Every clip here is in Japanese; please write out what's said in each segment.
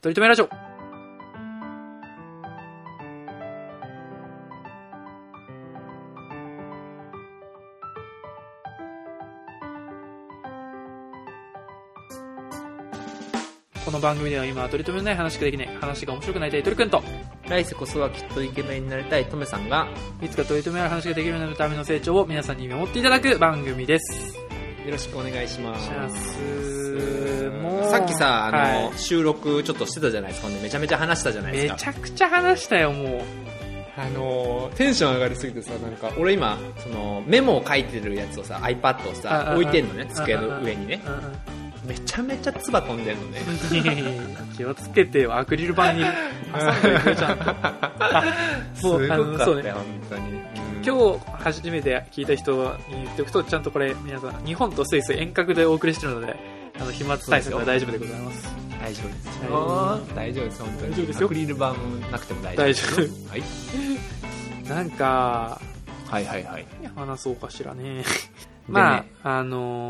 とりとめラジオ。この番組では今は取り留めのない話ができない、話が面白くなりたいトリくんと、 来世こそはきっとイケメンになりたいトメさんが、 いつか取り留めある話ができるようになるための成長を皆さんに見守っていただく番組です。 よろしくお願いします。 もうさっきさ、 はい、 収録ちょっとしてたじゃないですか。めちゃめちゃ話したじゃないですか。 めちゃくちゃ話したよ、もう。 テンション上がりすぎてさ、なんか俺今そのメモを書いてるやつをさ iPad をさ置いてんのね、机の上にね。めちゃめちゃ唾飛んでるのね。 気をつけてよ、アクリル板に挟んでくれちゃんと。 すごかったよ、 そうね、 本当に。 今日初めて聞いた人に言っておくと、ちゃんとこれ皆さん日本とスイス遠隔でお送りしてるので、飛沫対策は大丈夫でございます。 大丈夫ですよ。大丈夫です、本当に。 大丈夫ですよ。 アクリル板なくても大丈夫ですよ。はい。 なんか、 はいはいはい。 話そうかしらね。まあ、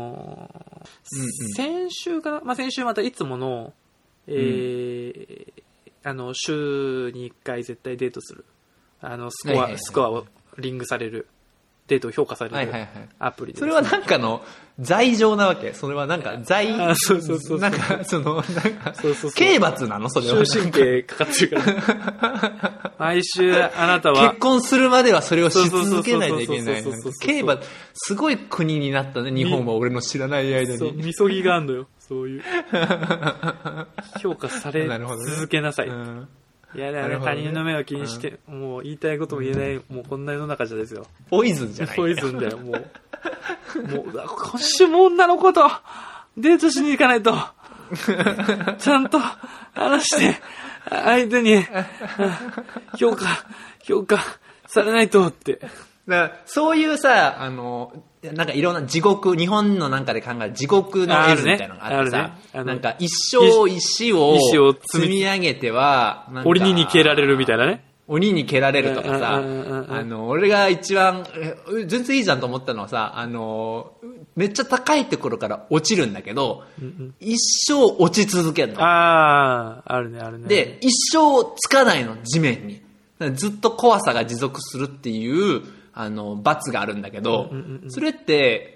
先週かな、先週またいつもの、週に1回絶対デートする。スコアをリングされる。デートを評価されるアプリで、 それはなんかの罪状なわけ。それはなんか罪、 そうなんかそのなんか刑罰なのそれは。 終身刑かかってるから。毎週あなたは結婚するまではそれをし続けないといけない。刑罰、すごい国になったね。日本は俺の知らない間に。 そう、みそぎがあんのよ。そういう評価され続けなさい。いやだね、他人の目を気にして、もう言いたいことも言えない、もうこんな世の中じゃですよ。 ポイズンじゃない。 ポイズンだよ、もう今週も女の子とデートしに行かないと、ちゃんと話して、相手に評価されないとって。 だからそういうさ、なんかいろんな地獄、日本のなんかで考える地獄の絵図みたいなのがあってさ、なんか一生石を積み上げては、 鬼に蹴られるみたいなね。 鬼に蹴られるとかさ、俺が一番、全然いいじゃんと思ったのはさ、めっちゃ高いところから落ちるんだけど、一生落ち続けるの。 あるね。 で、一生つかないの、地面に。ずっと怖さが持続するっていう、罰があるんだけど、それって、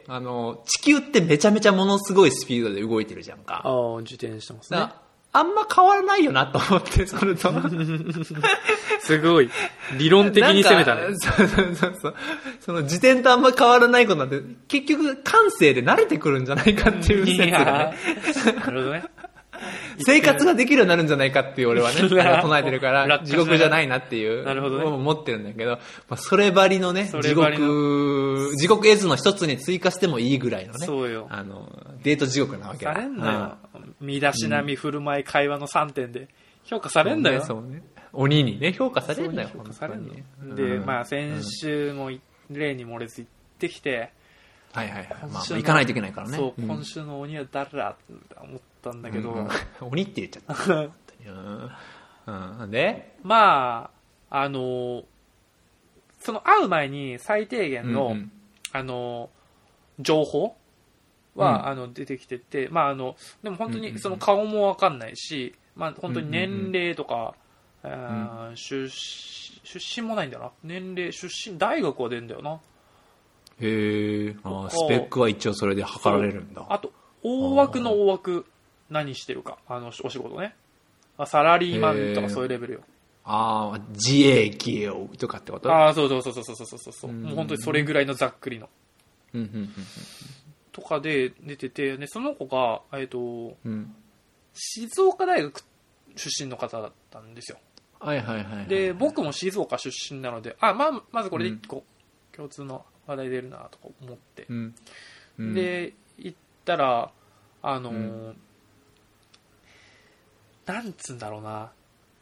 地球ってめちゃめちゃものすごいスピードで動いてるじゃんか。 自転してますね。 あんま変わらないよなと思って、それと。 すごい。理論的に攻めたね。 そう。その時点とあんま変わらないことなんて、結局感性で慣れてくるんじゃないかっていう説がね。 なるほどね。 生活ができるようになるんじゃないかっていう俺はね、唱えてるから、地獄じゃないなっていう、 なるほどね。 思ってるんだけど、そればりのね、地獄絵図の一つに追加してもいいぐらいのね、 そうよ。 デート地獄なわけだ。 されんだよ。身だしなみ、振る舞い、会話の3点で評価されんだよ。 そうね。鬼にね、評価されんだよ。 評価されんの。で、先週も例に漏れず行ってきて、 行かないといけないからね。 そう、今週の鬼は誰だって思ったんだけど。 鬼って言っちゃった。でその会う前に最低限の、情報は、出てきてて、でも本当にその顔もわかんないし、本当に年齢とか、出身もないんだよな。年齢、出身、大学は出るんだよな。 へー、スペックは一応それで測られるんだ。 あと、大枠の大枠、何してるか、お仕事ね。サラリーマンとかそういうレベルよ。 自営業とかってこと？ そう。もう本当にそれぐらいのざっくりの。とかで出てて、で、その子が、静岡大学出身の方だったんですよ。で、僕も静岡出身なので、まずこれで一個、共通の話題出るなとか思って。で、行ったら、なんつうんだろうな。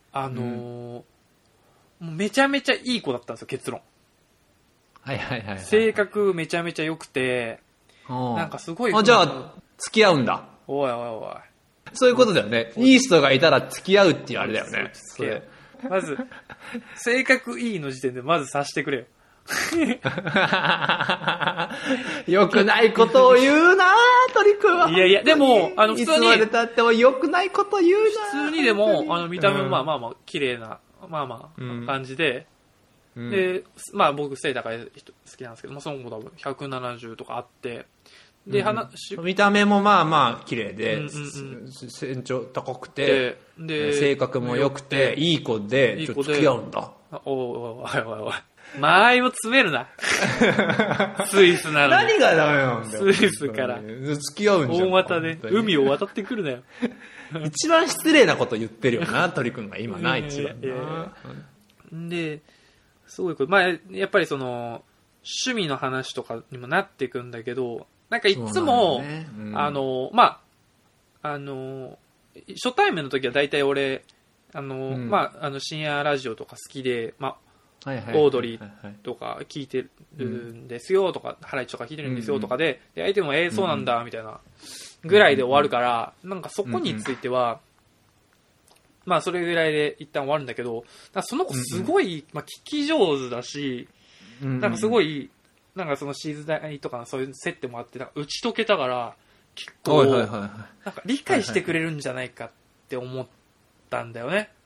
めちゃめちゃいい子だったんですよ、結論。性格めちゃめちゃ良くて、なんかすごい。 じゃあ、付き合うんだ。 おい。 そういうことだよね。いい人がいたら付き合うっていうあれだよね。 まず、性格いいの時点でまず察してくれよ。 良くないことを言うな鳥くんは。 いやいや、でも、普通に。 いつまで経っても良くないこと言うな普通にでも、見た目もまあまあまあ、綺麗な、まあまあ、感じで、で、まあ僕背高い人好きなんですけど、まあその子多分170とかあって、で、 見た目もまあまあ綺麗で、身長高くて、で、性格も良くて、いい子で、ちょっと付き合うんだ。 おい。間合いを詰めるな。スイスなのに。 何がダメなんだよ。 スイスから。 付き合うんじゃん。 大股で、海を渡ってくるなよ。 一番失礼なこと言ってるよな、鳥くんが今な、一番な。 で、すごいまあ、やっぱりその、趣味の話とかにもなっていくんだけど、なんかいつも、まあ、初対面の時は大体俺、まあ、深夜ラジオとか好きで、まあ、オードリーとか聞いてるんですよとか、ハライチとか聞いてるんですよとかで、相手もそうなんだみたいなぐらいで終わるから、なんかそこについては、まあそれぐらいで一旦終わるんだけど、その子すごい、まあ聞き上手だし、なんかすごい、なんかそのシーズン代とかそういう設定もあって、打ち解けたから、結構、なんか理解してくれるんじゃないかって思ったんだよね。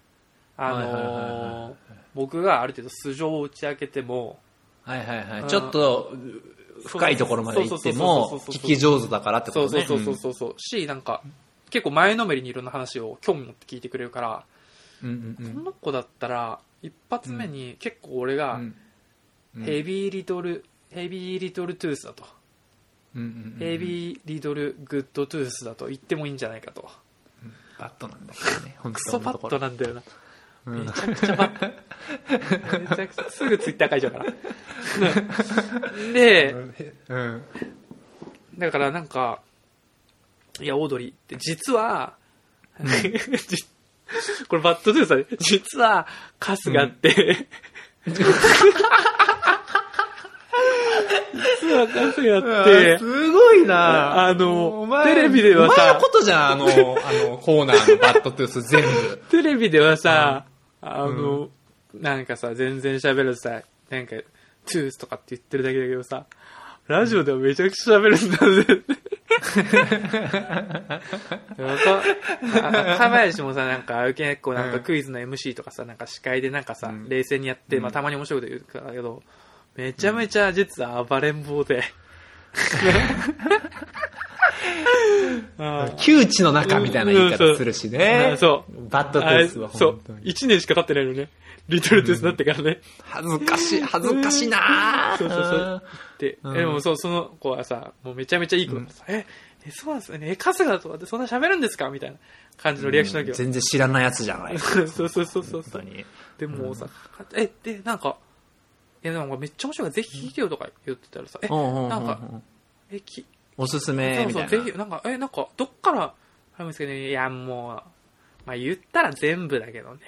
僕がある程度素性を打ち明けても、 ちょっと深いところまで行っても聞き上手だからってことね。 そうし、なんか結構前のめりにいろんな話を興味持って聞いてくれるから、この子だったら一発目に結構俺がヘビーリトルトゥースだと、ヘビーリトルグッドトゥースだと言ってもいいんじゃないかと。 バットなんだけどね。 クソバットなんだよな。めちゃくちゃバット。めちゃくちゃすぐツイッター書いちゃうから。で、だからなんか、いや、オードリーって実は、これバットトゥースだね。実は、カスがあって、実はカスがあって、 すごいなテレビではさ、 お前のことじゃん、コーナーのバットトゥース全部。 テレビではさ、なんかさ、全然喋るさ、なんか、トゥースとかって言ってるだけだけどさ、ラジオではめちゃくちゃ喋るんだぜ。若林もさ、なんか、結構なんかクイズの MC とかさ、なんか司会でなんかさ、冷静にやって、まあたまに面白いこと言うからだけど、めちゃめちゃ実は暴れん坊で。 窮地の中みたいな言い方するしね。 そう。 バッドトゥースはそう。1年しか経ってないのね。リトルトゥースになってからね。 恥ずかしいなそう。でもその子はさ、もうめちゃめちゃいい子だからさ、そうなんですね。春日とかってそんな喋るんですかみたいな感じのリアクションだけど。 全然知らないやつじゃない。 そう。 本当に。 でもさ、で、なんか、でもめっちゃ面白いからぜひ聞いてよとか言ってたらさ、なんか、 おすすめみたいな。 ぜひ、なんか、どっから入るんですけどね、いや、もう、まあ言ったら全部だけどね。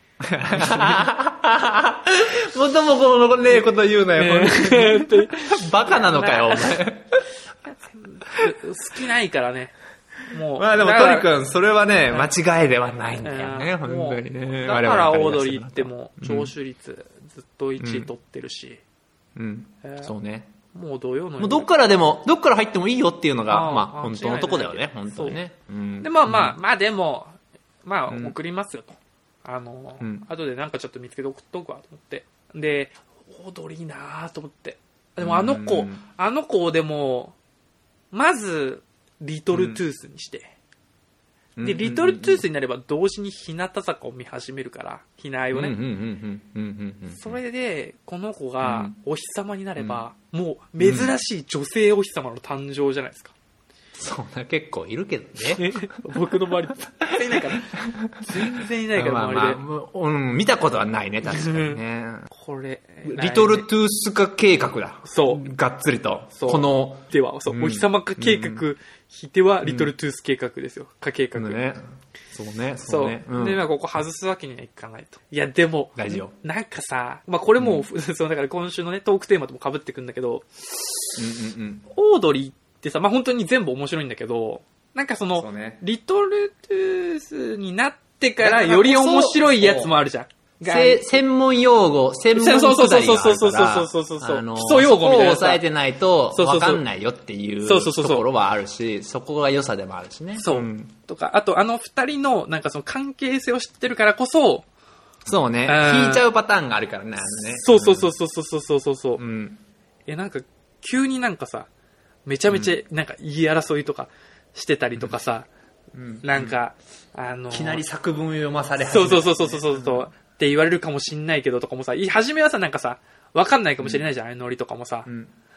もともこのねえこと言うなよ、バカなのかよ、お前。 好きないからね。もう。 まあでもトリ君、それはね、間違いではないんだよね、本当にね。 だからオードリーっても、聴取率ずっと1位取ってるし。 そうね。 もう土曜の。 もうどっから入ってもいいよっていうのが、まあ本当のとこだよね、本当にね。 で、まあでも、まあ送りますよと。後でなんかちょっと見つけて送っとくわと思って。で、オードリーなーと思って。でもあの子でも、まず、リトルトゥースにして。で、リトルトゥースになれば同時に日向坂を見始めるから、ひなあいをね。それで、この子がお日様になれば、もう珍しい女性お日様の誕生じゃないですか。 そんな結構いるけどね。 僕の周り全然いないから。全然いないから周りで。見たことはないね、確かにね。 これ。 リトルトゥース化計画だ。 そう。 がっつりと。 この。では、そう、お日様化計画、ひてはリトルトゥース計画ですよ。化計画。 ね。そうね。 で、まあここ外すわけにはいかないと。いや、でも。 大事よ。 なんかさ、まあこれも、そう、だから今週のね、トークテーマとも被ってくんだけど、オードリーでさ、まあ本当に全部面白いんだけど、なんかその、リトルトゥースになってからより面白いやつもあるじゃん。 専門用語、専門くだりがあるから、 そう基礎用語みたいな。そこを抑えてないと分かんないよっていうところはあるし、そこが良さでもあるしね。 そう。とか、あと二人のなんかその関係性を知ってるからこそ、 そうね。引いちゃうパターンがあるからね、 そう。なんか、急になんかさ、めちゃめちゃなんか言い争いとかしてたりとかさ、なんか、 いきなり作文読まされそうって言われるかもしんないけどとかもさ、初めはさ、なんかさ、わかんないかもしれないじゃん、あのノリとかもさ。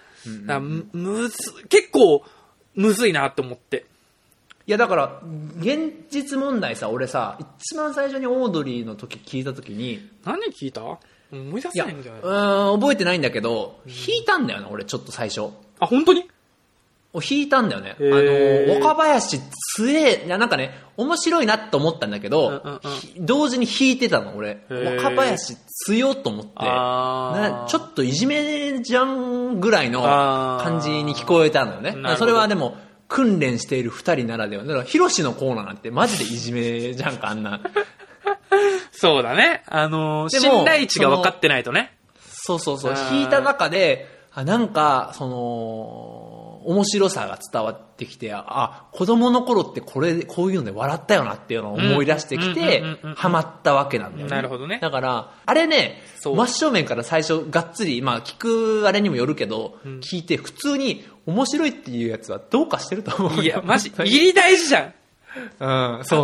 結構、むずいなって思って。 いやだから、現実問題さ、俺さ、一番最初にオードリーの時聞いた時に。 何聞いた？思い出せないんじゃない？ 覚えてないんだけど、弾いたんだよな、俺ちょっと最初。 あ、本当に？ 弾いたんだよね。若林強え、いやなんかね、面白いなって思ったんだけど、同時に弾いてたの、俺。若林強と思って、ちょっといじめじゃんぐらいの感じに聞こえたのよね。それはでも、訓練している二人ならでは。だから、ヒロシのコーナーなんてマジでいじめじゃんか、あんな。 そうだね。信頼値が分かってないとね。 そう。弾いた中で、なんか、面白さが伝わってきて、子供の頃ってこういうので笑ったよなっていうのを思い出してきて、ハマったわけなんだよね。 なるほどね。 だから、あれね、真正面から最初がっつり、聞くあれにもよるけど、聞いて普通に面白いっていうやつはどうかしてると思う。 いや、マジ、入り大事じゃん。そう。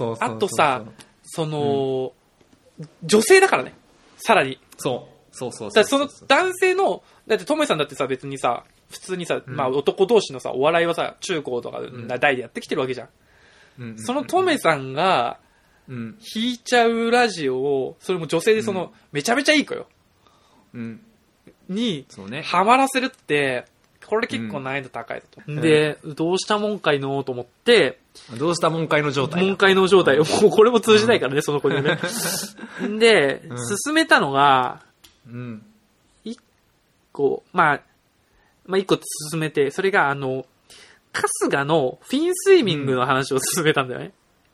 あとさ、女性だからね。さらに。 そう。 だその男性の、だってトメさんだってさ、別にさ、普通にさ、男同士のさ、お笑いはさ、中高とか代でやってきてるわけじゃん。そのトメさんが、弾いちゃうラジオを、それも女性でめちゃめちゃいい子よ。に、ハマらせるって、これ結構難易度高いだと。で、どうしたもんかいのと思って、 どうしたもんかいの状態。 もんかいの状態。もうこれも通じないからね、その子にね。で、進めたのが、一個進めて、それが春日のフィンスイミングの話を進めたんだよね。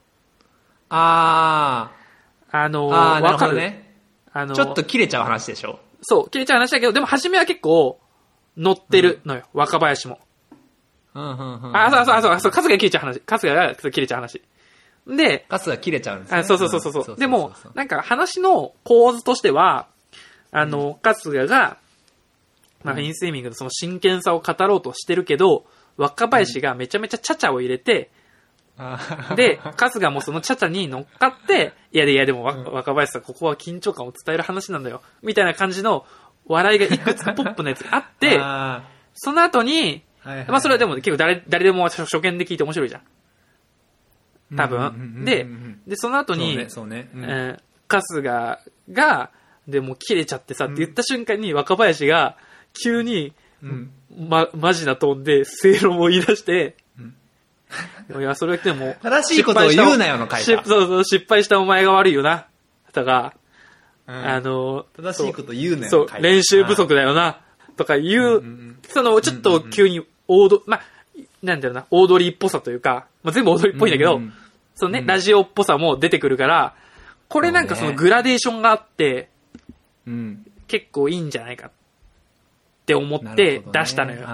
なるほどね。ちょっと切れちゃう話でしょ。 そう、切れちゃう話だけど、でも初めは結構乗ってるのよ、若林も。そう、春日が切れちゃう話。春日が切れちゃう話。で、 春日切れちゃうんですね。 そう。でも、なんか話の構図としては、春日が、フィンスイミングのその真剣さを語ろうとしてるけど、若林がめちゃめちゃチャチャを入れて、で、春日もそのチャチャに乗っかって、いやでも若林さん、ここは緊張感を伝える話なんだよ、みたいな感じの笑いがいくつかポップなやつがあって、その後に、それはでも結構誰でも初見で聞いて面白いじゃん。多分。で、その後に、春日が、でも切れちゃってさって言った瞬間に若林が急に、マジなトーンで正論を言い出して、いや、それでも、 正しいことを言うなよの回だ。 失敗したお前が悪いよな。とか、 正しいこと言うなよの回だ。練習不足だよな。とか言う、ちょっと急になんだろうな、オードリーっぽさというか、全部オードリーっぽいんだけど、ラジオっぽさも出てくるから、これなんかそのグラデーションがあって、結構いいんじゃないかって思って出したのよ。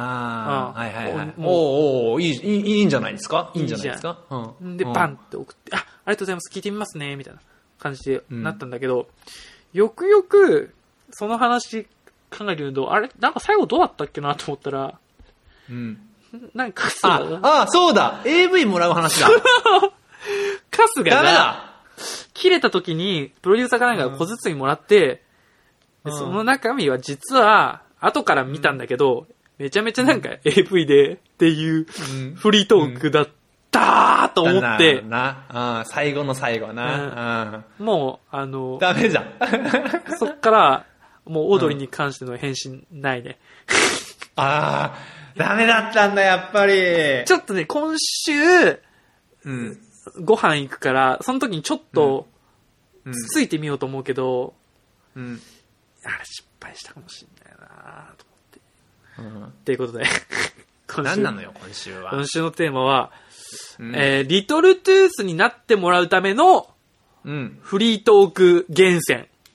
いいんじゃないですか。いいんじゃないですか。 で、パンって送って、ありがとうございます、聞いてみますね、みたいな感じでなったんだけど、よくよく、その話考えてみると、なんか最後どうだったっけなと思ったら、なんかそうだ !AV もらう話だ春日が、切れた時に、プロデューサーかなんか小包みもらって、その中身は実は、後から見たんだけど、めちゃめちゃなんか AV でっていうフリートークだったと思って。 最後の最後な。 もう、 ダメじゃん。 そっから、もうオードリーに関しての返信ないね。 ダメだったんだ、やっぱり。 ちょっとね、今週、ご飯行くから、その時にちょっと、つついてみようと思うけど、失敗したかもしれないなと思って。っていうことで、 何なのよ、今週は。 今週のテーマは、リトルトゥースになってもらうための、フリートーク厳選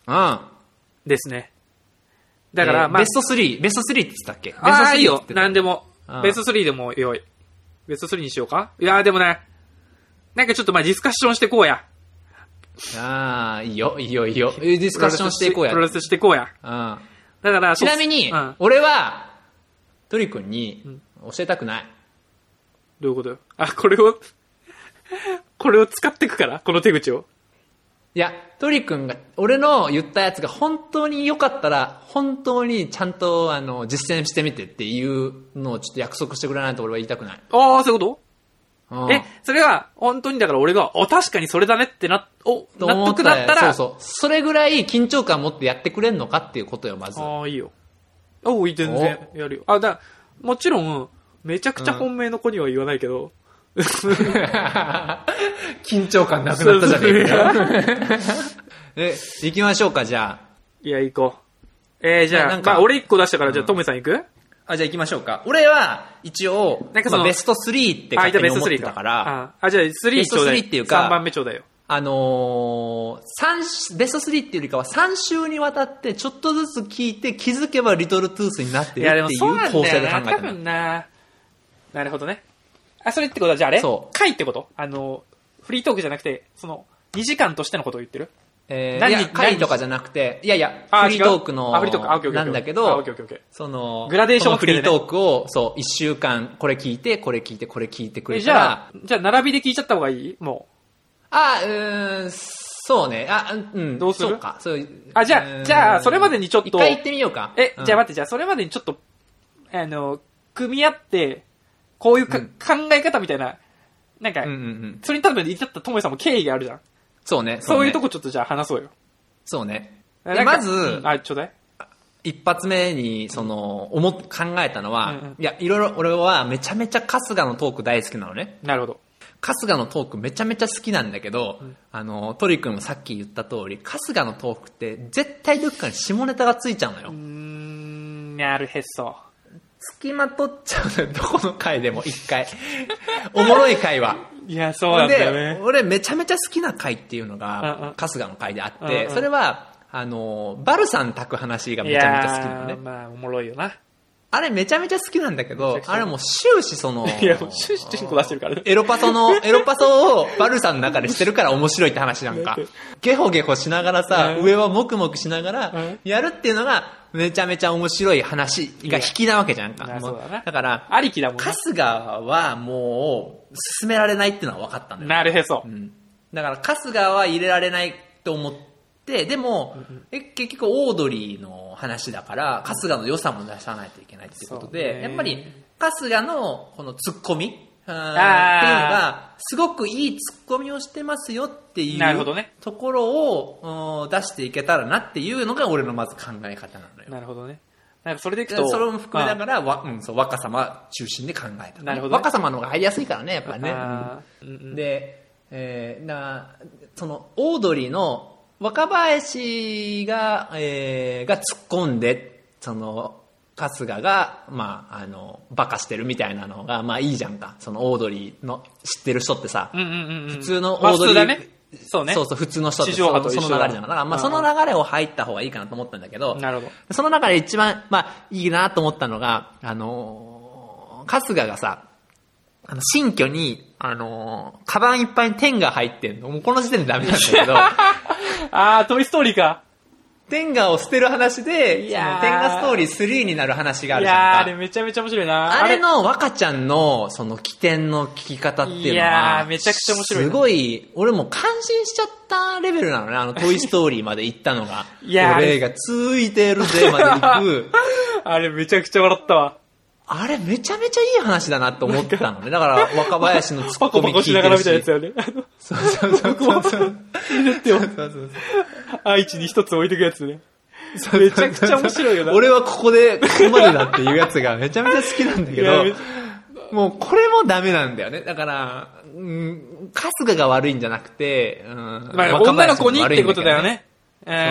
うん。 ですね。だから、 ベスト3って言ったっけ？ベスト3 ああ、いいよ。 ってなんでもうん。 ベスト3でもよい。ベスト3にしようか？いやーでもね、なんかちょっとディスカッションしてこうや。 ああ、いいよ。ディスカッションしていこうや。 プロレスしてこうや。 うん。 だから、 ちなみに、 うん。 俺は、トリ君に教えたくない。 どういうことよ。あ、これを使っていくからこの手口を。 いや、トリ君が、俺の言ったやつが本当に良かったら、本当にちゃんと、実践してみてっていうのをちょっと約束してくれないと俺は言いたくない。 ああ、そういうこうんと？それは、本当にだから俺が、確かにそれだねって納と思得だったら、 そう。それぐらい緊張感持ってやってくれんのかっていうことよ、まず。 ああ、いいよ。いい、全然やるよ。もちろん、めちゃくちゃ本命の子には言わないけど、 緊張感なくなったじゃねえかよ。行きましょうか、じゃあ。 いや、行こう。じゃあ、 なんか俺1個出したから、じゃあ、トメさん行く？ じゃあ行きましょうか。俺は、一応、 なんかそのベスト3って勝手に思ってたから、 じゃあ、3ちょうだい。 ベスト3っていうか 3番目ちょうだいよ。 ベスト3っていうよりかは3週にわたってちょっとずつ聞いて気づけばリトルトゥースになってるっていう構成で考えた多分な。なるほどね。それってことは、じゃああれ？ そう回ってこと？フリートークじゃなくて、2時間としてのことを言ってる？ いや、回とかじゃなくて、いや、フリートークの、なんだけど、グラデーションフリートークを、1週間、これ聞いて、これ聞いて、これ聞いてくれたら、 じゃあ、並びで聞いちゃった方がいい？もう。 そうね。 どうする？ そうか。 じゃあ、それまでにちょっと。 一回行ってみようか。 じゃあ待って、じゃあ、それまでにちょっと、組み合って、こういう考え方みたいな、なんか、それに多分言っちゃったともえさんも経緯があるじゃん。 そうね。 そういうとこちょっとじゃあ話そうよ。 そうね。まず、 ちょうだい。 一発目に、考えたのは、いや、いろいろ俺はめちゃめちゃ春日のトーク大好きなのね。 なるほど。 春日のトークめちゃめちゃ好きなんだけど、トリ君もさっき言った通り、春日のトークって絶対どっかに下ネタがついちゃうのよ。 なるへそ。 つきまとっちゃうのよ、どこの回でも一回。おもろい回は。 いや、そうなんだよね。 で、俺めちゃめちゃ好きな回っていうのが、春日の回であって、それは、バルさん炊く話がめちゃめちゃ好きなのね。 まあ、おもろいよな。 あれめちゃめちゃ好きなんだけど、あれもう終始いや、終始チンコ出してるからね。 エロパソをバルさんの中でしてるから面白いって話なんか。ゲホゲホしながらさ、上はもくもくしながら、やるっていうのが、めちゃめちゃ面白い話が引きなわけじゃんか。だから、 ありきだもんね。 春日はもう、進められないっていうのは分かったんだよ。 なるへそ。 だから、春日は入れられないと思って、でも、結局オードリーの話だから、春日の良さも出さないといけないっていうことで、やっぱり、春日のこのツッコミっていうのが、すごくいいツッコミをしてますよっていうところを出していけたらなっていうのが俺のまず考え方なのよ。 なるほどね。なんかそれでいくと、 それも含めながら、若様中心で考えた。 なるほど。 若様の方が入りやすいからね、やっぱりね。で、その、オードリーの若林が突っ込んで、春日が、バカしてるみたいなのが、いいじゃんか。そのオードリーの知ってる人ってさ、普通のオードリー、そうね。そう、普通の人ってその流れじゃん。だから、その流れを入った方がいいかなと思ったんだけど、 なるほど。 その中で一番、いいなと思ったのが、春日がさ、新居に、カバンいっぱいにテンが入ってんの。もうこの時点でダメなんだけど。 トイストーリーか。 テンガを捨てる話で、テンガストーリー3になる話があるじゃんか。 いやー、あれめちゃめちゃ面白いな。 あれの若ちゃんの、起点の聞き方っていうのは、 めちゃくちゃ面白い。 すごい、俺も感心しちゃったレベルなのね、トイストーリーまで行ったのが。俺がついてるぜまで行く。 あれめちゃくちゃ笑ったわ。 あれめちゃめちゃいい話だなと思ったのね。だから若林のツッコミ聞いてるし。パコパコしながらみたいなやつよね。 そう。 僕も入れてよ。愛知に一つ置いてくやつね。めちゃくちゃ面白いよな。 俺はここで、ここまでだっていうやつがめちゃめちゃ好きなんだけど、もうこれもダメなんだよね。だから、春日が悪いんじゃなくて、 女の子にってことだよね。 だから、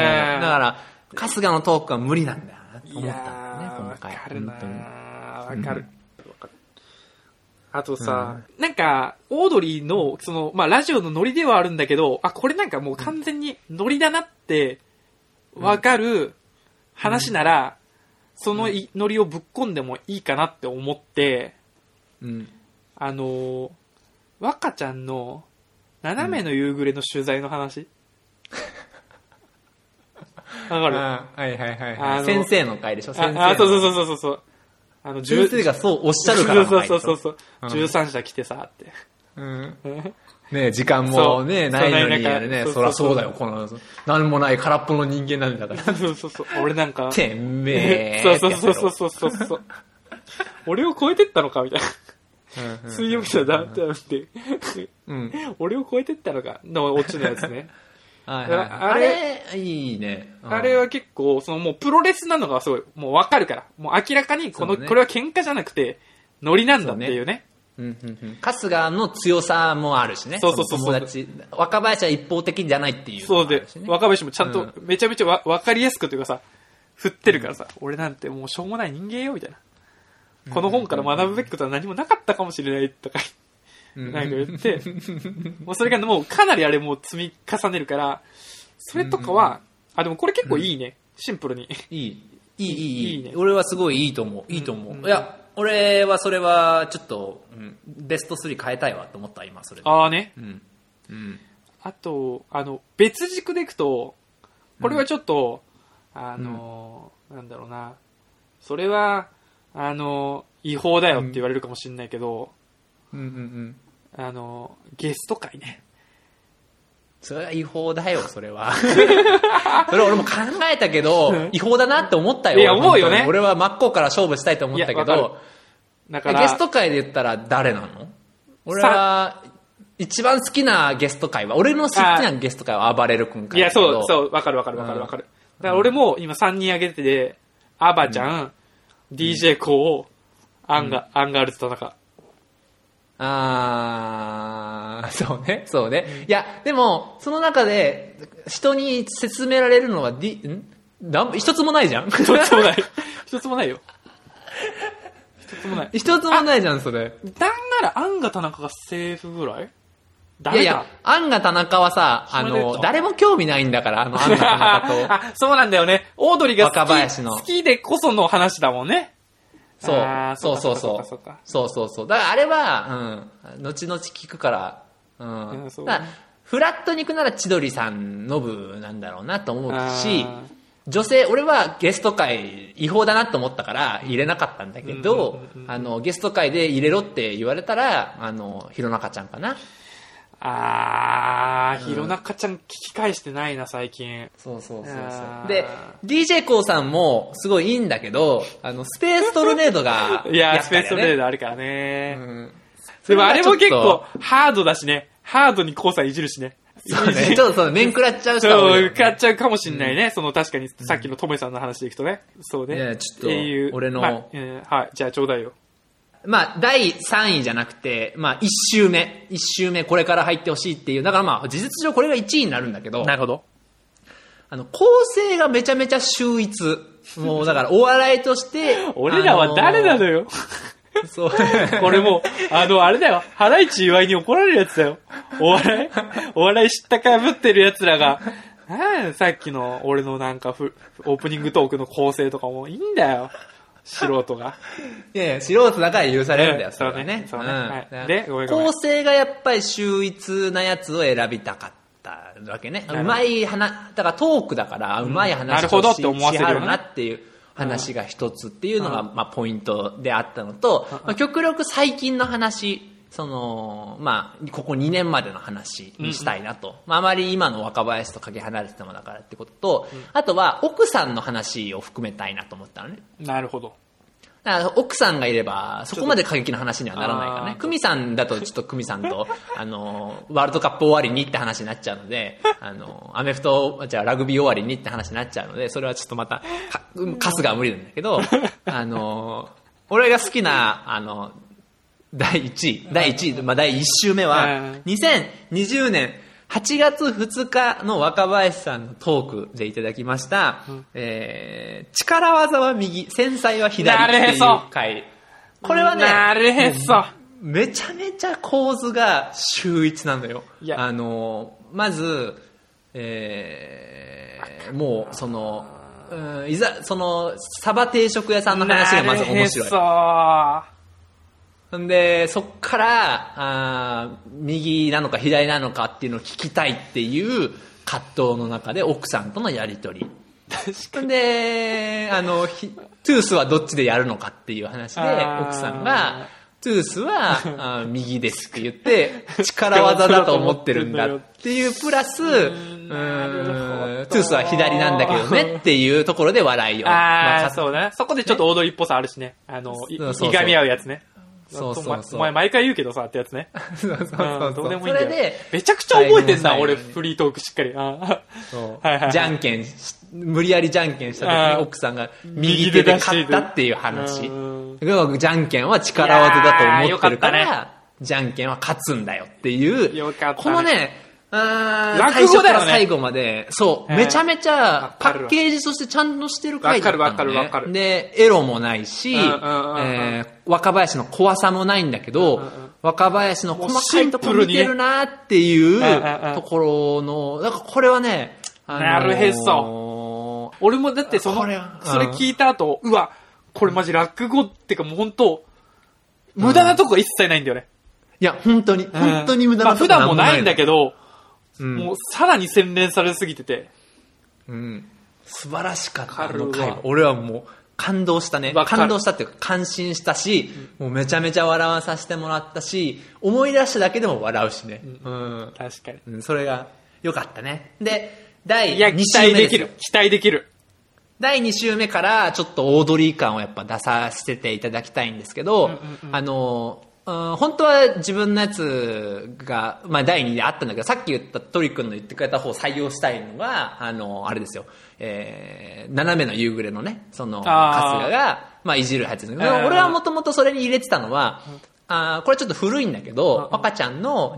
春日のトークは無理なんだよなと思ったんだよね、今回。 わかるなわかる。あとさ、なんか、オードリーの、ラジオのノリではあるんだけど、これなんかもう完全にノリだなってわかる話なら、そのノリをぶっ込んでもいいかなって思って、若ちゃんの斜めの夕暮れの取材の話、わかる？ はいはいはい。先生の回でしょ、先生の。 そう。 先生がそうおっしゃるからの回でしょ。 そう。13社来てさ、って。 ねえ、時間もね、ないのにね、そりゃそうだよ、この、なんもない空っぽの人間なんだから。 そう。俺なんか。 てめえ。 そう。俺を超えてったのかみたいな。水曜日だってって。俺を超えてったのかのオチのやつね。 あれ、いいね。 あれは結構、もうプロレスなのがすごい、もうわかるから。もう明らかにこれは喧嘩じゃなくて、ノリなんだっていうね。 春日の強さもあるしね。 そう。 友達、若林は一方的じゃないっていう、 そうで、若林もちゃんとめちゃめちゃわかりやすくというかさ、振ってるからさ、俺なんてもうしょうもない人間よ、みたいな。この本から学ぶべきことは何もなかったかもしれないとか、なんか言って、もうそれがもうかなりあれもう積み重ねるから、それとかは、でもこれ結構いいね。シンプルに。いいね。俺はすごいいいと思う。いや、俺はそれはちょっと、ベスト3変えたいわと思った、今、それで。 ね。あと、別軸でいくと、これはちょっと、なんだろうな。それは、違法だよって言われるかもしれないけど、ゲスト会ね。 それは違法だよ、それは。それは俺も考えたけど、違法だなって思ったよ。 いや、思うよね。 俺は真っ向から勝負したいと思ったけど、だからゲスト会で言ったら誰なの？俺は、一番好きなゲスト会は、俺の好きなゲスト会は暴れる君会。 いや、そう、わかる。だから俺も今3人挙げてて、アバちゃん、DJ コー、アンガールズ田中。 そうね。いや、でも、その中で、人に勧められるのは、一つもないじゃん。 一つもないよ。 一つもないじゃん、それ。 なんなら、アンガ田中がセーフぐらい？ いや、アンガ田中はさ、誰も興味ないんだから、アンガ田中と。そうなんだよね。オードリーが若林の。 好きでこその話だもんね。 そう。だからあれは、後々聞くから、だからフラットに行くなら千鳥さん、ノブなんだろうなと思うし、女性、俺はゲスト会違法だなと思ったから入れなかったんだけど、ゲスト会で入れろって言われたら、弘中ちゃんかな。 弘中ちゃん聞き返してないな、最近。 そう。で、DJ コーさんもすごいいいんだけど、スペーストルネードが、 いや、スペーストルネードあるからね。でもあれも結構ハードだしね。ハードにコーさんいじるしね。 そうね。ちょっと面食らっちゃう人もいるよね。食らっちゃうかもしんないね。確かにさっきのトメさんの話でいくとね。そうね。 いや、ちょっと、俺の。 はい、じゃあちょうだいよ。 第3位じゃなくて、1周目、これから入ってほしいっていう。だから事実上これが1位になるんだけど。 なるほど。 構成がめちゃめちゃ秀逸。もうだからお笑いとして。 俺らは誰なのよ。そう。これもう、あれだよ。ハライチ岩井に怒られるやつだよ。お笑い知ったかぶってるやつらが、さっきの俺のなんかオープニングトークの構成とかもいいんだよ。素人が。 いや素人だから許されるんだよ、それね。 で、 構成がやっぱり秀逸なやつを選びたかったわけね。うまいだからトークだから、うまい話をしはるなっていう話が一つっていうのが、ポイントであったのと、極力最近の話、ここ2年までの話にしたいなと。あまり今の若林とかけ離れてたものだからってことと、あとは奥さんの話を含めたいなと思ったのね。 なるほど。 だから奥さんがいれば、そこまで過激な話にはならないからね。久美さんだとちょっと久美さんと、ワールドカップ終わりにって話になっちゃうので、アメフト、ラグビー終わりにって話になっちゃうので、それはちょっとまた、春日は無理なんだけど、俺が好きな、第1位、第1週目は、2020年8月2日の若林さんのトークでいただきました、力技は右、繊細は左っていう回。これはね、めちゃめちゃ構図が秀逸なのよ。まず、 もうそのサバ定食屋さんの話がまず面白い。んで、そっから、右なのか左なのかっていうのを聞きたいっていう葛藤の中で奥さんとのやりとり。で、トゥースはどっちでやるのかっていう話で、奥さんが、トゥースは右ですって言って、力技だと思ってるんだっていうプラス、トゥースは左なんだけどねっていうところで笑いを。 そうね。そこでちょっとオードリーっぽさあるしね。いがみ合うやつね。 そうお前毎回言うけどさってやつね。 そう。 どうでもいいんだよ。 それで、 めちゃくちゃ覚えてんな、俺、フリートークしっかり。 じゃんけん、無理やりじゃんけんした時に奥さんが右手で勝ったっていう話。じゃんけんは力技だと思ってるから、じゃんけんは勝つんだよっていう、このね、最初から最後まで、そう、めちゃめちゃパッケージとしてちゃんとしてる回だったのね。わかる。で、エロもないし、若林の怖さもないんだけど、若林の細かいところ見てるなっていうところの、だからこれはね、 なるへそ。俺もだってそれ聞いた後、うわ、これマジ落語ってかもう本当無駄なとこが一切ないんだよね。 いや、本当に無駄なとこまあ普段もないんだけど、もうさらに洗練されすぎてて、 素晴らしかったの回。俺はもう感動したね。感動したっていうか感心したし、もうめちゃめちゃ笑わさせてもらったし、思い出しただけでも笑うしね。 確かに。 それが良かったね。で、第2 週目です。期待できる。 第2週目からちょっとオードリー感をやっぱ出させていただきたいんですけど、本当は自分のやつが、まあ第2であったんだけど、さっき言ったトリ君の言ってくれた方を採用したいのが、あれですよ、斜めの夕暮れのね、その、春日が、まあいじるやつだけど、俺はもともとそれに入れてたのは、これちょっと古いんだけど、若ちゃんの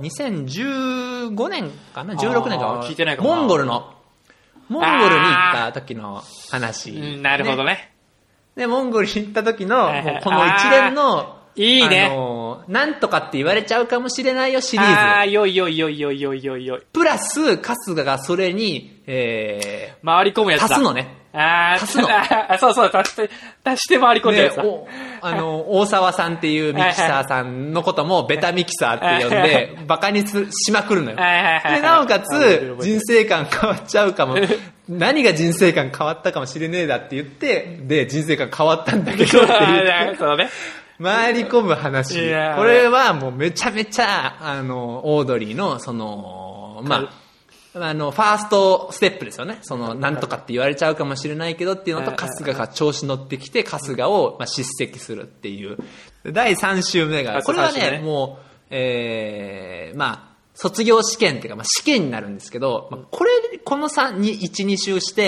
2015年かな ?16 年かな、 聞いてないかも。 モンゴルに行った時の話。 なるほどね。 で、モンゴルに行った時の、この一連の、 いいね。 なんとかって言われちゃうかもしれないよシリーズ。 よい。 プラス、春日がそれに、 回り込むやつだ。 足すのね。 足すの。そう、足して回り込んでるやつだ。 大沢さんっていうミキサーさんのこともベタミキサーって呼んで、バカにしまくるのよ。で、なおかつ、人生観変わっちゃうかも。何が人生観変わったかもしれねえだって言って、で、人生観変わったんだけどって言って。 そうね。 回り込む話。これはもうめちゃめちゃ、オードリーの、その、まあ、ファーストステップですよね。その、なんとかって言われちゃうかもしれないけどっていうのと、春日が調子乗ってきて、春日を、まあ、叱責するっていう。第3週目が、これはね、もう、まあ、卒業試験っていうか、まあ、試験になるんですけど、まあ、この1、2週して、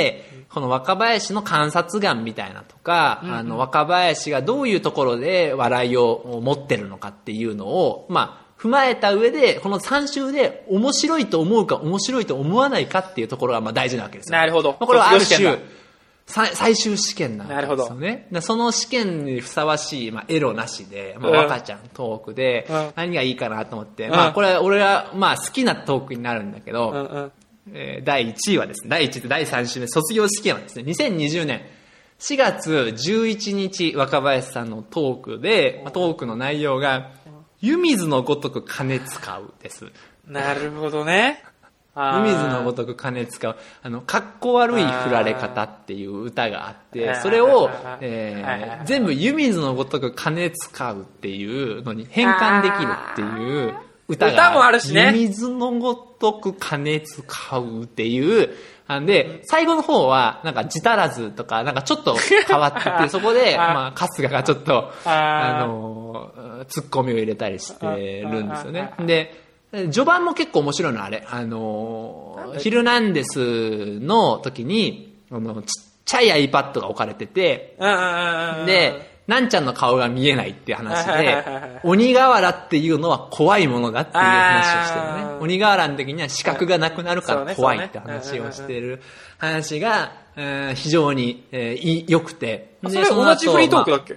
この若林の観察眼みたいなとか、若林がどういうところで笑いを持ってるのかっていうのを、まあ、踏まえた上で、この3週で面白いと思うか面白いと思わないかっていうところがまあ大事なわけですよ。 なるほど。 これはある種、最終試験なんですよね。 なるほど。その試験にふさわしい、まあ、エロなしで、まあ、若ちゃんトークで、何がいいかなと思って、まあ、これは俺は、まあ、好きなトークになるんだけど、第1位はですね、第1位と第3週目、卒業試験はですね、2020年4月11日、若林さんのトークで、トークの内容が、湯水のごとく金使うです。 なるほどね。 湯水のごとく金使う。かっこ悪い振られ方っていう歌があって、それを、全部湯水のごとく金使うっていうのに変換できるっていう歌もあるしね。 湯水のごとく金使うっていう、で、最後の方は、なんか、自足らずとか、なんかちょっと変わってて、そこで、まあ、春日がちょっと、ツッコミを入れたりしてるんですよね。で、序盤も結構面白いの、あれ。ヒルナンデスの時に、ちっちゃい iPad が置かれてて、で、なんちゃんの顔が見えないっていう話で、鬼瓦っていうのは怖いものだっていう話をしてるね。鬼瓦の時には視覚がなくなるから怖いって話をしてる話が、非常に良くて。 それ同じフリートークだっけ？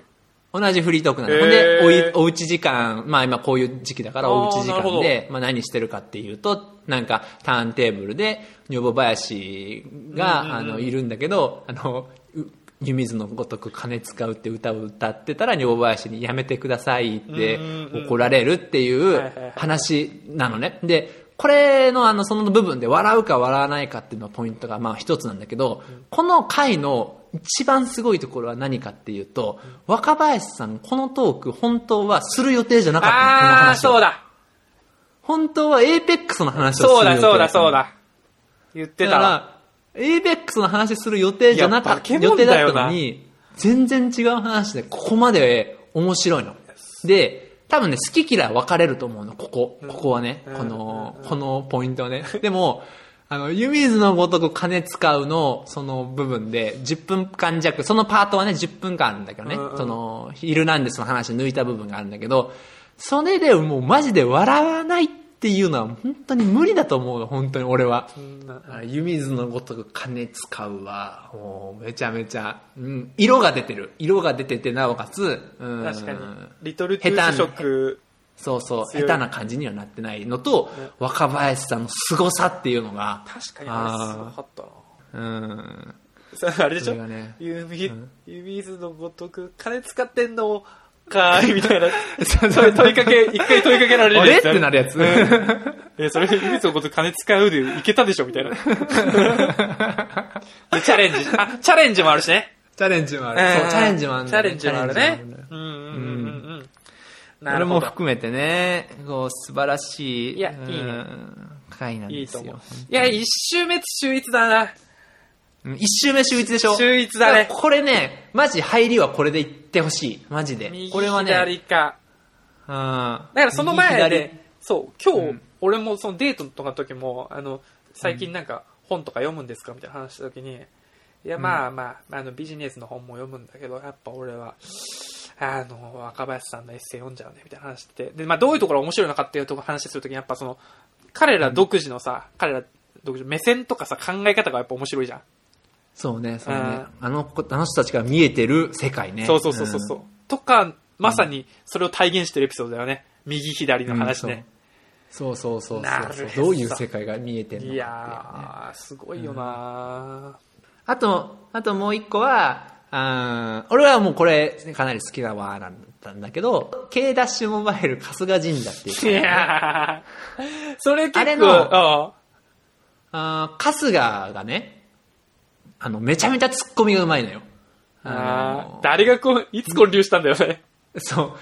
同じフリートークなんで。ほんで、おうち時間、まあ今こういう時期だからおうち時間で、まあ何してるかっていうと、なんかターンテーブルで女房林が、いるんだけど、湯水のごとく金使うって歌を歌ってたら女房林にやめてくださいって怒られるっていう話なのね。で、これのその部分で笑うか笑わないかっていうのがポイントがまあ一つなんだけど、この回の一番すごいところは何かっていうと、若林さんこのトーク本当はする予定じゃなかったの、この話を。 そうだ。 本当はエイペックスの話をする予定だった。 そうだ。言ってたら。 だから、エイペックスの話する予定じゃなかった、予定だったのに、全然違う話で、ここまで面白いの。で、多分ね、好き嫌い分かれると思うの、ここはね、このポイントはね。でも、湯水のごとく金使うの、その部分で、10分間弱、そのパートはね、10分間あるんだけどね、ヒルナンデスの話抜いた部分があるんだけど、それでもうマジで笑わないっていうのは本当に無理だと思うの、本当に俺は。湯水のごとく金使うは、もうめちゃめちゃ、色が出てる。色が出てて、なおかつ、 確かに。リトルトゥース色。 そう、下手な感じにはなってないのと、若林さんの凄さっていうのが。 確かにあれすごかったな。それあれでしょ、ね、湯水のごとく金使ってんのかーいみたいな。それ一回問いかけられるやつ。 あれってなるやつ。 それ湯水のごとく金使うでいけたでしょみたいな。チャレンジもあるしね。 チャレンジもある。そう、チャレンジもある。 チャレンジもあるね。 それも含めてね、こう素晴らしい、 いや、いいね。 回なんですよ。 いや、一周目秀逸だな。 一周目秀逸でしょ。 秀逸だね。 これね、マジ入りはこれでいってほしい。マジで。 右これはね。 左か。だからその前で、そう、今日、俺もそのデートとかの時も、最近なんか本とか読むんですかみたいな話した時に、いや、まあ、ビジネスの本も読むんだけど、やっぱ俺は、若林さんのエッセイ読んじゃうね、みたいな話してて。で、まあ、どういうところが面白いのかっていうところ話するときに、やっぱその、彼ら独自のさ、目線とかさ、考え方がやっぱ面白いじゃん。 そうね。あの人たちが見えてる世界ね。 そう。とか、まさにそれを体現してるエピソードだよね。右左の話ね。 そう。どういう世界が見えてるのか。 いやー、すごいよな、 あともう一個は、俺はもうこれかなり好きなワーなんだったんだけど、K ダッシュモバイル春日神社っていう。 いやー、それ結構、 あれの、春日がね、めちゃめちゃツッコミがうまいのよ。 誰がいつ混流したんだよね。 そう、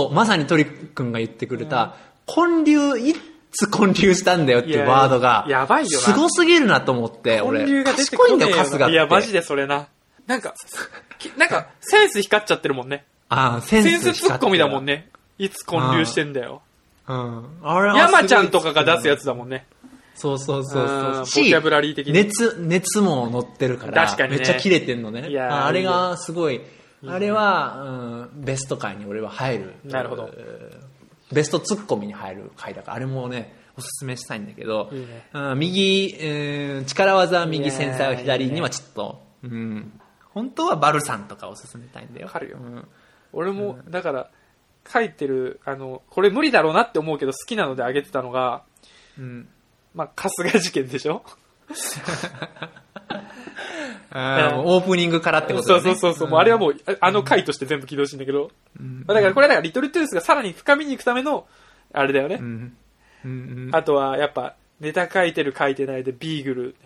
まさにトリくんが言ってくれた、混流、いつ混流したんだよっていうワードが、 やばいよな。 すごすぎるなと思って、俺。 混流が出てこないんだよ、 春日って。 いや、マジでそれな。なんか、センス光っちゃってるもんね。 センスツッコミだもんね。いつ混流してんだよ。 あれは山ちゃんとかが出すやつだもんね。 そう。ボキャブラリー的に。 熱も乗ってるから、 確かにね、 めっちゃ切れてんのね。あれがすごい、あれは、ベスト回に俺は入る。 なるほど。 ベストツッコミに入る回だから、あれもね、おすすめしたいんだけど、 いいね、 力技は右、繊細は左にはちょっと、本当はバルさんとかおすすめたいんだよ。 わかるよ。俺も、だから、書いてる、これ無理だろうなって思うけど好きなのであげてたのが、まあ、春日事件でしょオープニングからってことだね。 そう。もうあれはもう、回として全部起動してんだけど。だからこれリトルトゥースがさらに深みに行くための、あれだよね。あとは、やっぱ、ネタ書いてる書いてないでビーグル。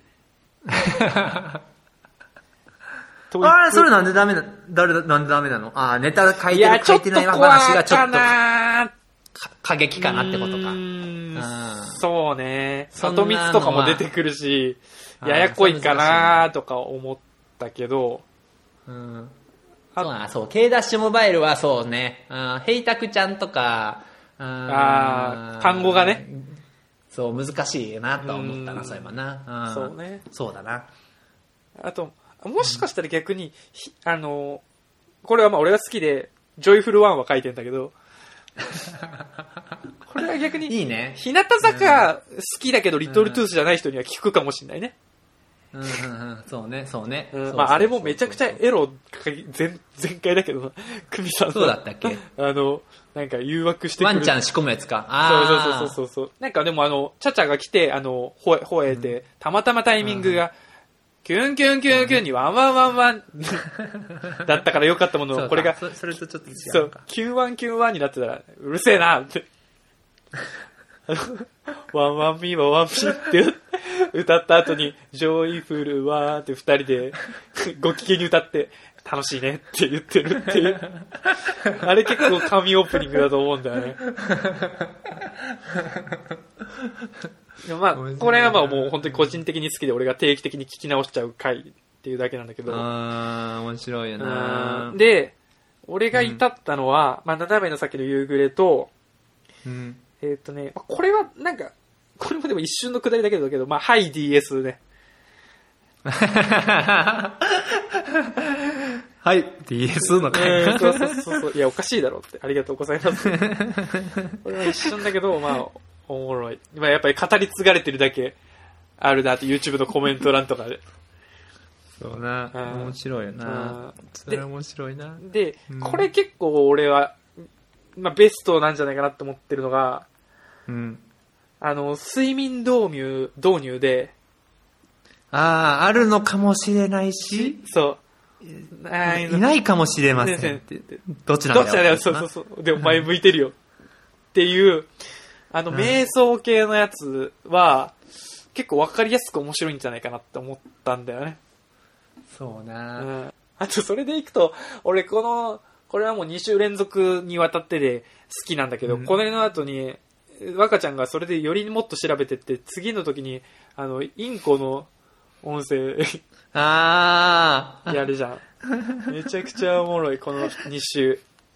それなんでダメなの？ネタ書いてる書いてない話がちょっと過激かなってことか。 そうね。里光とかも出てくるし、ややこいかなとか思ったけど。 そう、K ダッシュモバイルはそうね、ヘイタクちゃんとか、 単語がね。 そう、難しいなと思ったな、そういえばな。 そうね。 そうだな。 あと、もしかしたら逆に、これはまあ俺が好きで、ジョイフルワンは書いてんだけど、これは逆に、 いいね。 日向坂好きだけどリトルトゥースじゃない人には聞くかもしれないね。 そうね、そうね。 まああれもめちゃくちゃエロ全開だけど、クミさんそうだったっけ？ なんか誘惑してくる。 ワンちゃん仕込むやつか。 そう。なんかでもチャチャが来て、吠えて、たまたまタイミングが、キュンキュンキュンキュンにワンワンワンワンだったからよかったものを、これが、 それとちょっと違う。 そう、キュンワンキュンワンになってたら、うるせえなって。ワンワンミーワンワンミーって歌った後に、ジョイフルワーって二人でご機嫌に歌って、楽しいねって言ってるっていう。あれ結構神オープニングだと思うんだよね。でもまあ、これはまあもう本当に個人的に好きで俺が定期的に聞き直しちゃう回っていうだけなんだけど。 面白いよな。 で、俺が至ったのは、まあ斜めの先の夕暮れと、これはなんか、これもでも一瞬のくだりだけど、まあ、はい DS ね。 はい、DS の回。 そう。いや、おかしいだろって。ありがとうございます。これは一瞬だけど、まあ、おもろい。まあ、やっぱり語り継がれてるだけあるなって YouTube のコメント欄とかで。 そうな。面白いよな。それ面白いな。 で、これ結構俺は、まあ、ベストなんじゃないかなって思ってるのが、睡眠導入で、 あるのかもしれないし、 そう。 いないかもしれませんって。どっちなんだよ。 そう。で、お前向いてるよ。っていう、瞑想系のやつは、結構わかりやすく面白いんじゃないかなって思ったんだよね。 そうな。 あと、それでいくと、俺これはもう2週連続にわたってで好きなんだけど、これの後に、若ちゃんがそれでよりもっと調べてって、次の時に、インコの音声やるじゃん。めちゃくちゃおもろい、この2週。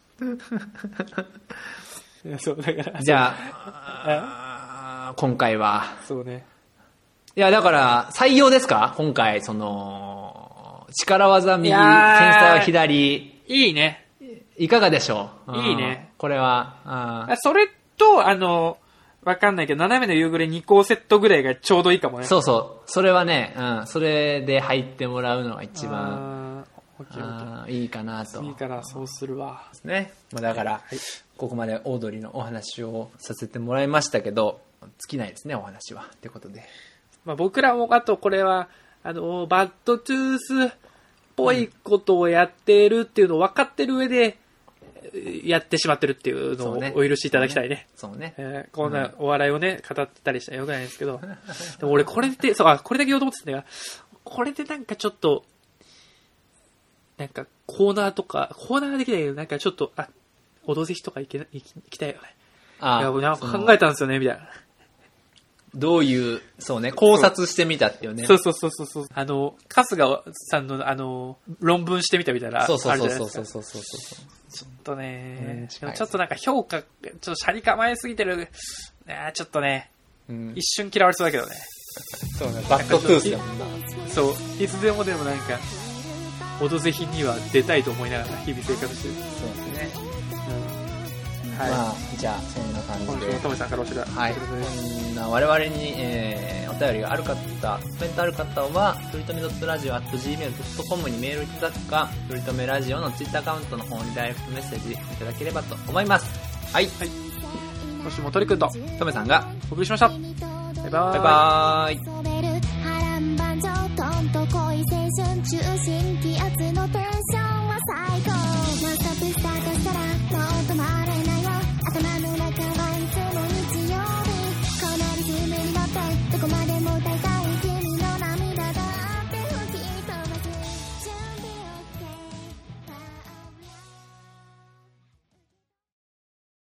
そうだからじゃあ、今回は。 そうね。 いや、だから、採用ですか今回、力技右、センサー左。 いいね。 いかがでしょう？ いいね。 これは。 それと、わかんないけど、斜めの夕暮れ2個セットぐらいがちょうどいいかもね。 そう。それはね、それで入ってもらうのが一番、いいかなと。 いいかな、そうするわ。 ですね。だから、ここまでオードリーのお話をさせてもらいましたけど、尽きないですね、お話は。ってことで。 まあ僕らも、あとこれは、バッドトゥースっぽいことをやってるっていうのを分かってる上で、やってしまってるっていうのをお許しいただきたいね。 そうね。 こんなお笑いをね、語ってたりしたらよくないんですけど。でも俺これで、これだけ言おうと思ってたんだが、これでなんかちょっと、なんかコーナーができないけど、なんかちょっと、オドぜひとか行きたいよね。いや、なんか考えたんですよね、みたいな。 どういう、そうね、考察してみたっていうね。 そう。春日さんの論文してみたみたいな、あるじゃないですか。 そう。 ちょっとね、ちょっとなんか評価、ちょっとシャリ構えすぎてる、ちょっとね、一瞬嫌われそうだけどね。 そうね、バッドトゥースだもんな。 そう、いつでもなんか、オドぜひには出たいと思いながら日々生活してる。 そうですね。 はい。 まあ、じゃあ、そんな感じで。 今週のトメさんからお知らせ。 はい。こんな我々に、お便りがある方、コメントある方は、とりとめ.radio@gmail.com にメールいただくか、とりとめラジオのツイッターアカウントの方にダイレクトメッセージいただければと思います。はい。 今週もとりくんとトメさんがお送りしました。バイバーイ。 バイバーイ。